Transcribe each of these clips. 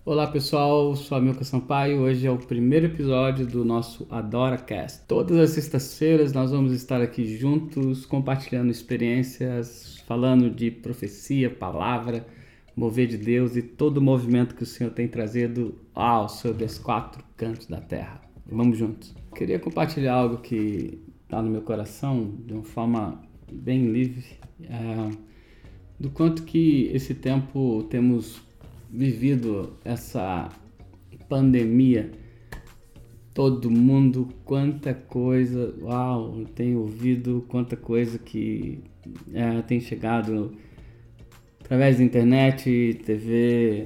Olá pessoal, sou Amilcar Sampaio. Hoje é o primeiro episódio do nosso AdoraCast. Todas as sextas-feiras nós vamos estar aqui juntos, compartilhando experiências, falando de profecia, palavra, mover de Deus e todo o movimento que o Senhor tem trazido sobre os quatro cantos da terra. Vamos juntos. Queria compartilhar algo que está no meu coração de uma forma bem livre, do quanto que esse tempo temos vivido essa pandemia, todo mundo, quanta coisa, eu tenho ouvido quanta coisa que tem chegado através da internet, TV,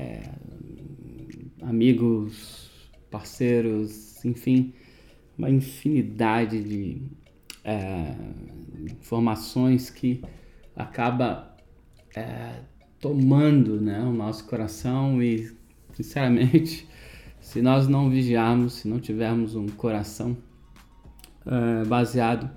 amigos, parceiros, enfim, uma infinidade de informações que acaba tomando, né, o nosso coração e, sinceramente, se nós não vigiarmos, se não tivermos um coração baseado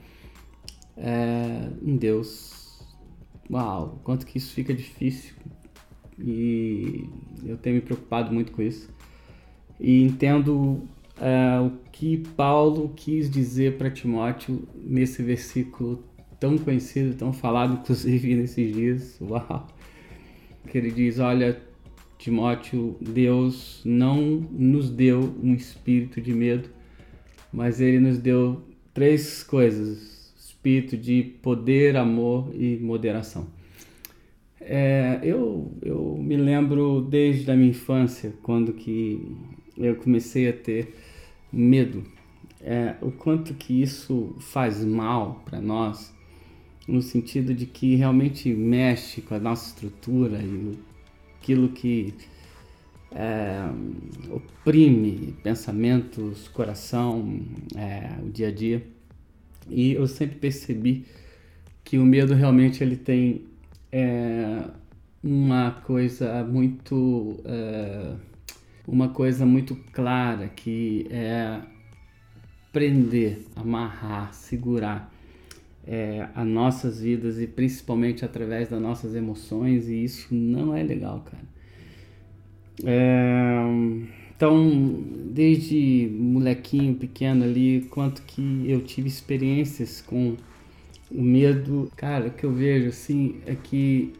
em Deus, quanto que isso fica difícil, e eu tenho me preocupado muito com isso e entendo o que Paulo quis dizer para Timóteo nesse versículo tão conhecido, tão falado inclusive nesses dias. Que ele diz: olha, Timóteo, Deus não nos deu um espírito de medo, mas ele nos deu três coisas: espírito de poder, amor e moderação. Eu me lembro desde a minha infância, quando que eu comecei a ter medo, o quanto que isso faz mal para nós, no sentido de que realmente mexe com a nossa estrutura e aquilo que oprime pensamentos, coração, o dia a dia. E eu sempre percebi que o medo realmente ele tem uma coisa muito clara, que é prender, amarrar, segurar as nossas vidas, e principalmente através das nossas emoções, e isso não é legal, cara. Então, desde molequinho pequeno ali, quanto que eu tive experiências com o medo, cara. O que eu vejo assim é que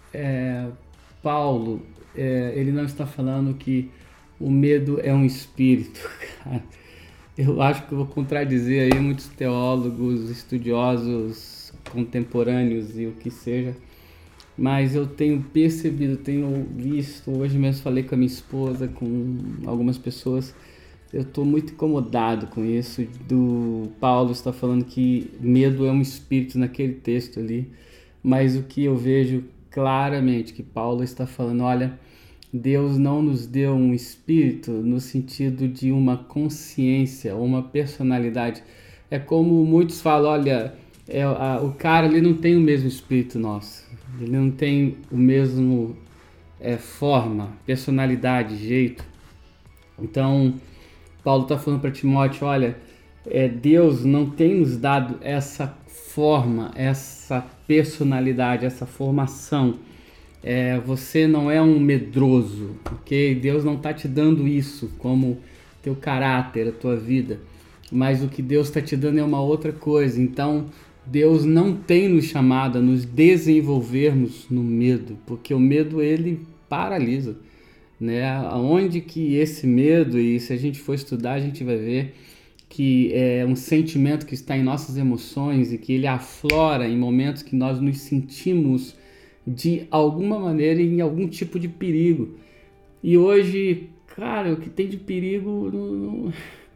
Paulo, ele não está falando que o medo é um espírito, cara. Eu acho que eu vou contradizer aí muitos teólogos, estudiosos contemporâneos e o que seja, mas eu tenho percebido, tenho visto, hoje mesmo falei com a minha esposa, com algumas pessoas, eu estou muito incomodado com isso, do Paulo está falando que medo é um espírito naquele texto ali, mas o que eu vejo claramente que Paulo está falando: olha, Deus não nos deu um espírito no sentido de uma consciência ou uma personalidade. É como muitos falam: olha, o cara ali não tem o mesmo espírito nosso, ele não tem o mesmo forma, personalidade, jeito. Então, Paulo está falando para Timóteo: olha, Deus não tem nos dado essa forma, essa personalidade, essa formação. Você não é um medroso, ok? Deus não está te dando isso como teu caráter, a tua vida, mas o que Deus está te dando é uma outra coisa. Então, Deus não tem nos chamado a nos desenvolvermos no medo, porque o medo ele paralisa, né? Aonde que esse medo, e se a gente for estudar a gente vai ver que é um sentimento que está em nossas emoções e que ele aflora em momentos que nós nos sentimos de alguma maneira em algum tipo de perigo. E hoje, cara, o que tem de perigo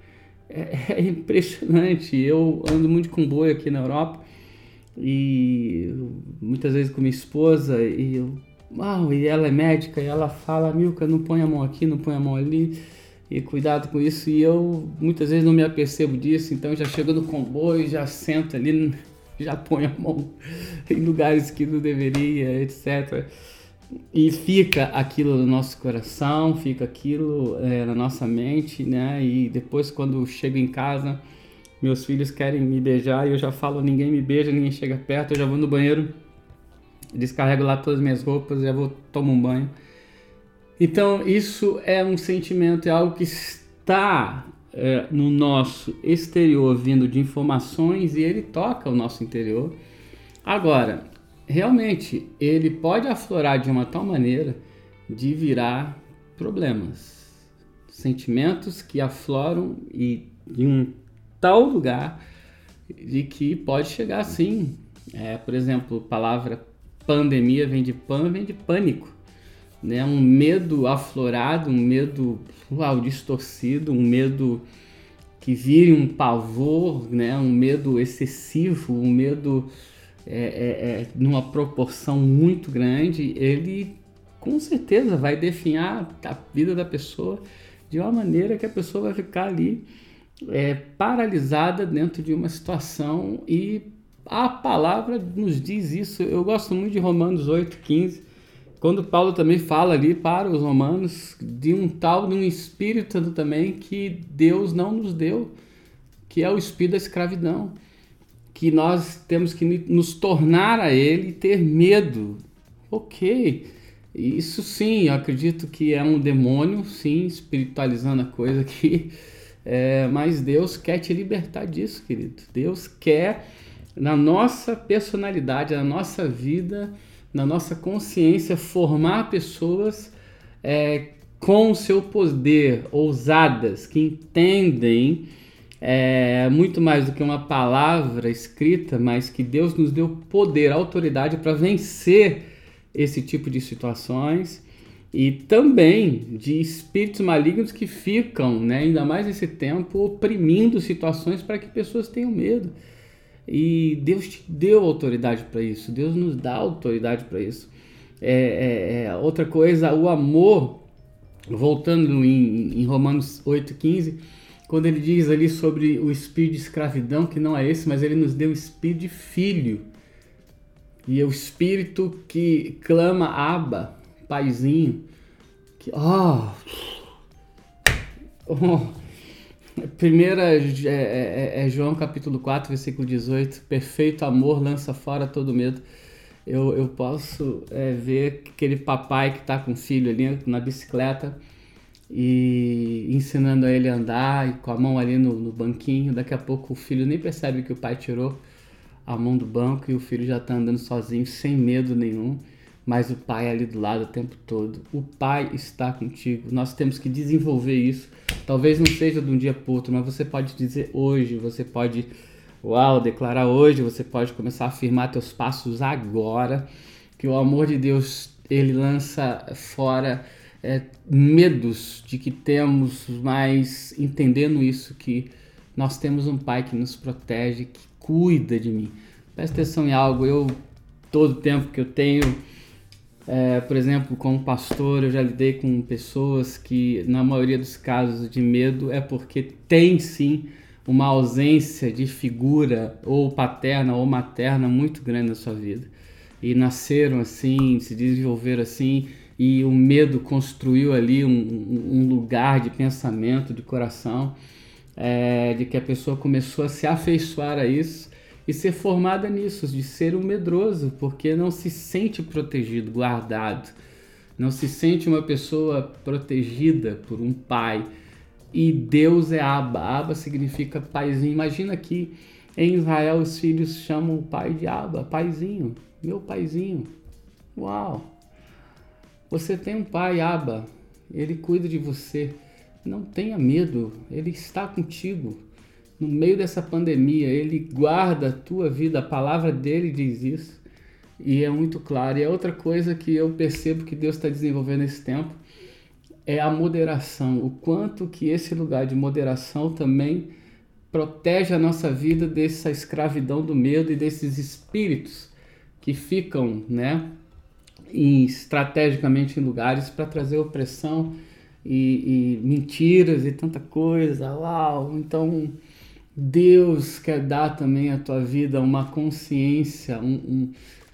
é impressionante. Eu ando muito de comboio aqui na Europa e muitas vezes com minha esposa, e ela é médica e ela fala: Milka, não põe a mão aqui, não põe a mão ali, e cuidado com isso. E eu muitas vezes não me apercebo disso, então já chego no comboio, já sento ali, já põe a mão em lugares que não deveria, etc. E fica aquilo no nosso coração, fica aquilo na nossa mente, né? E depois, quando chego em casa, meus filhos querem me beijar e eu já falo: ninguém me beija, ninguém chega perto. Eu já vou no banheiro, descarrego lá todas as minhas roupas, já vou tomar um banho. Então, isso é um sentimento, é algo que está no nosso exterior, vindo de informações, e ele toca o nosso interior. Agora, realmente, ele pode aflorar de uma tal maneira de virar problemas. Sentimentos que afloram e de um tal lugar de que pode chegar assim. Por exemplo, a palavra pandemia vem de pânico. Né? Um medo aflorado, um medo distorcido, um medo que vire um pavor, né? Um medo excessivo, um medo numa proporção muito grande, ele com certeza vai definhar a vida da pessoa de uma maneira que a pessoa vai ficar ali paralisada dentro de uma situação, e a palavra nos diz isso. Eu gosto muito de Romanos 8,15, quando Paulo também fala ali para os romanos de um espírito também que Deus não nos deu, que é o espírito da escravidão, que nós temos que nos tornar a ele e ter medo. Ok, isso sim, eu acredito que é um demônio, sim, espiritualizando a coisa aqui, mas Deus quer te libertar disso, querido. Deus quer, na nossa personalidade, na nossa vida, na nossa consciência, formar pessoas com o seu poder, ousadas, que entendem muito mais do que uma palavra escrita, mas que Deus nos deu poder, autoridade para vencer esse tipo de situações, e também de espíritos malignos que ficam, né, ainda mais nesse tempo, oprimindo situações para que pessoas tenham medo. E Deus te deu autoridade para isso, Deus nos dá autoridade para isso. Outra coisa, o amor, voltando em Romanos 8,15, quando ele diz ali sobre o espírito de escravidão, que não é esse, mas ele nos deu o espírito de filho. E é o espírito que clama Abba, paizinho. Primeira João capítulo 4, versículo 18. Perfeito amor lança fora todo medo. Eu posso ver aquele papai que está com o filho ali na bicicleta e ensinando a ele a andar, e com a mão ali no banquinho. Daqui a pouco o filho nem percebe que o pai tirou a mão do banco e o filho já está andando sozinho, sem medo nenhum, mas o pai ali do lado o tempo todo. O pai está contigo. Nós temos que desenvolver isso. Talvez não seja de um dia para o outro, mas você pode dizer hoje, você pode declarar hoje, você pode começar a afirmar teus passos agora, que o amor de Deus, ele lança fora medos de que temos, mas entendendo isso, que nós temos um pai que nos protege, que cuida de mim. Presta atenção em algo. Todo o tempo que eu tenho, por exemplo, como pastor, eu já lidei com pessoas que, na maioria dos casos de medo, é porque tem sim uma ausência de figura, ou paterna ou materna, muito grande na sua vida. E nasceram assim, se desenvolveram assim, e o medo construiu ali um lugar de pensamento, de coração, de que a pessoa começou a se afeiçoar a isso e ser formada nisso, de ser um medroso, porque não se sente protegido, guardado, não se sente uma pessoa protegida por um pai. E Deus é Abba. Abba significa paizinho. Imagina que em Israel os filhos chamam o pai de Abba, paizinho, meu paizinho. Uau! Você tem um pai, Abba, ele cuida de você. Não tenha medo, ele está contigo. No meio dessa pandemia, ele guarda a tua vida, a palavra dele diz isso. E é muito claro. E é outra coisa que eu percebo que Deus está desenvolvendo nesse tempo, é a moderação. O quanto que esse lugar de moderação também protege a nossa vida dessa escravidão do medo e desses espíritos que ficam, né, estrategicamente em lugares para trazer opressão e mentiras e tanta coisa. Uau! Então Deus quer dar também à tua vida uma consciência, um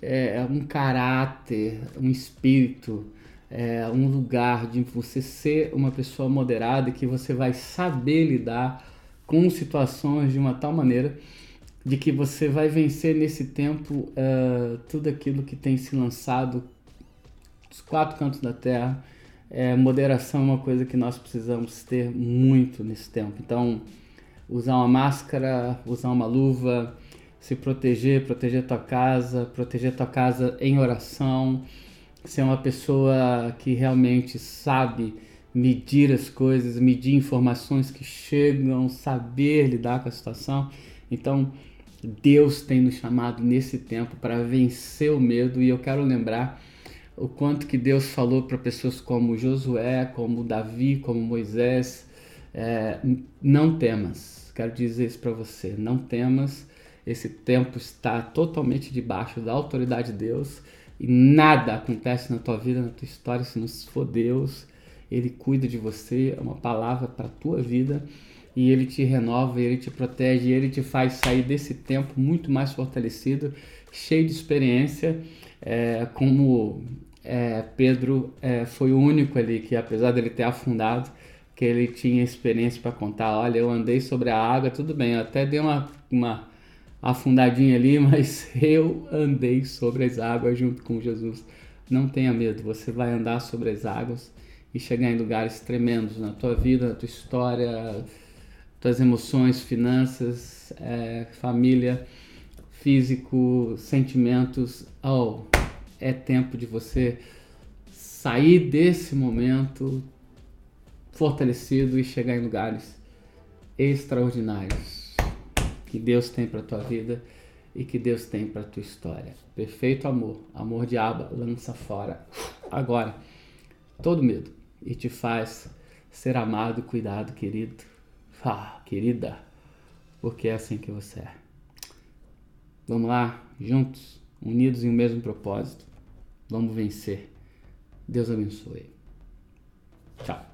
caráter, um espírito, um lugar de você ser uma pessoa moderada, que você vai saber lidar com situações de uma tal maneira de que você vai vencer nesse tempo tudo aquilo que tem se lançado dos quatro cantos da terra, Moderação é uma coisa que nós precisamos ter muito nesse tempo. Então, usar uma máscara, usar uma luva, se proteger, proteger tua casa em oração, ser uma pessoa que realmente sabe medir as coisas, medir informações que chegam, saber lidar com a situação. Então, Deus tem nos chamado nesse tempo para vencer o medo, e eu quero lembrar o quanto que Deus falou para pessoas como Josué, como Davi, como Moisés, não temas. Quero dizer isso para você, não temas. Esse tempo está totalmente debaixo da autoridade de Deus e nada acontece na tua vida, na tua história, se não for Deus. Ele cuida de você, é uma palavra para a tua vida, e Ele te renova, Ele te protege, Ele te faz sair desse tempo muito mais fortalecido, cheio de experiência, Pedro foi o único ali que, apesar dele ter afundado, que ele tinha experiência para contar. Olha, eu andei sobre a água, tudo bem, eu até dei uma afundadinha ali, mas eu andei sobre as águas junto com Jesus. Não tenha medo, você vai andar sobre as águas e chegar em lugares tremendos na tua vida, na tua história, tuas emoções, finanças, família, físico, sentimentos. É tempo de você sair desse momento fortalecido e chegar em lugares extraordinários que Deus tem para tua vida e que Deus tem para tua história. Perfeito amor de Abba lança fora agora todo medo e te faz ser amado, cuidado, querido, querida, porque é assim que você é. Vamos lá, juntos, unidos em um mesmo propósito, vamos vencer. Deus abençoe. Tchau.